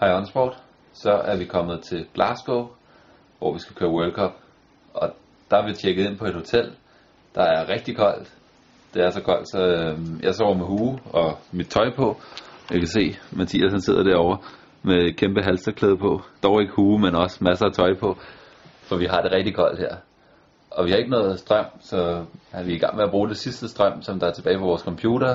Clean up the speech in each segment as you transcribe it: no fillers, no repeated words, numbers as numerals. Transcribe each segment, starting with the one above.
Hej OnSport, så er vi kommet til Glasgow, hvor vi skal køre World Cup. Og der er vi tjekket ind på et hotel, der er rigtig koldt. Det er så koldt, så jeg sover med hue og mit tøj på. Jeg kan se, Mathias han sidder derovre med et kæmpe halsterklæde på. Dog ikke hue, men også masser af tøj på, for vi har det rigtig koldt her. Og vi har ikke noget strøm, så er vi i gang med at bruge det sidste strøm, som der er tilbage på vores computer.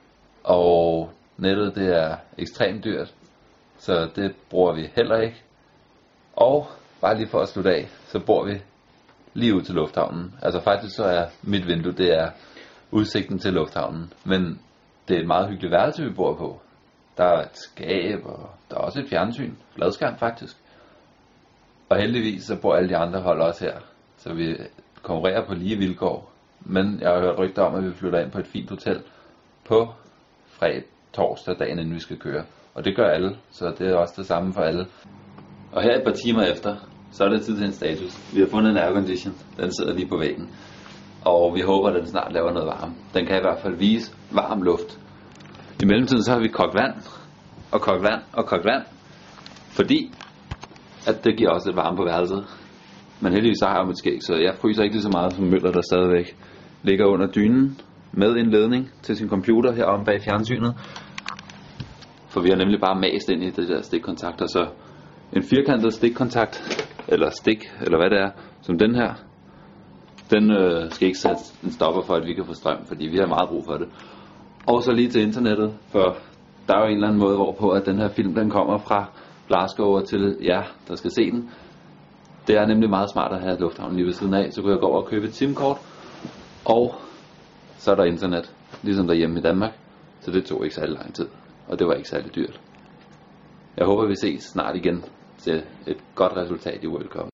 Og nettet det er ekstremt dyrt, så det bruger vi heller ikke. Og bare lige for at slutte af, så bor vi lige ud til lufthavnen. Altså faktisk så er mit vindue, det er udsigten til lufthavnen. Men det er et meget hyggeligt værelse, vi bor på. Der er et skab, og der er også et fjernsyn. Fladskærm faktisk. Og heldigvis så bor alle de andre hold også her. Så vi konkurrerer på lige vilkår. Men jeg har hørt rygter om, at vi flytter ind på et fint hotel på torsdag, dagen inden vi skal køre. Og det gør alle, så det er også det samme for alle. Og her et par timer efter, så er det tid til en status. Vi har fundet en aircondition. Den sidder lige på væggen. Og vi håber, at den snart laver noget varme. Den kan i hvert fald vise varm luft. I mellemtiden så har vi kogt vand, og kogt vand, og kogt vand. Fordi at det giver også lidt varme på værelset. Men heldigvis så har jeg mit skæg, så jeg fryser ikke lige så meget som Møller, der stadigvæk ligger under dynen med en ledning til sin computer heromme bag fjernsynet. For vi har nemlig bare mast ind i det der stikkontakter, så en firkantet stikkontakt, eller stik, eller hvad det er, som den her, den skal ikke sætte en stopper for, at vi kan få strøm, fordi vi har meget brug for det. Og så lige til internettet, for der er jo en eller anden måde, hvorpå at den her film, den kommer fra Glasgow til jer, der skal se den. Det er nemlig meget smart at have lufthavnen lige ved siden af, så kunne jeg gå over og købe et SIM-kort, og så er der internet, ligesom derhjemme i Danmark, så det tog ikke særlig lang tid, og det var ikke særlig dyrt. Jeg håber, vi ses snart igen til et godt resultat i World Cup.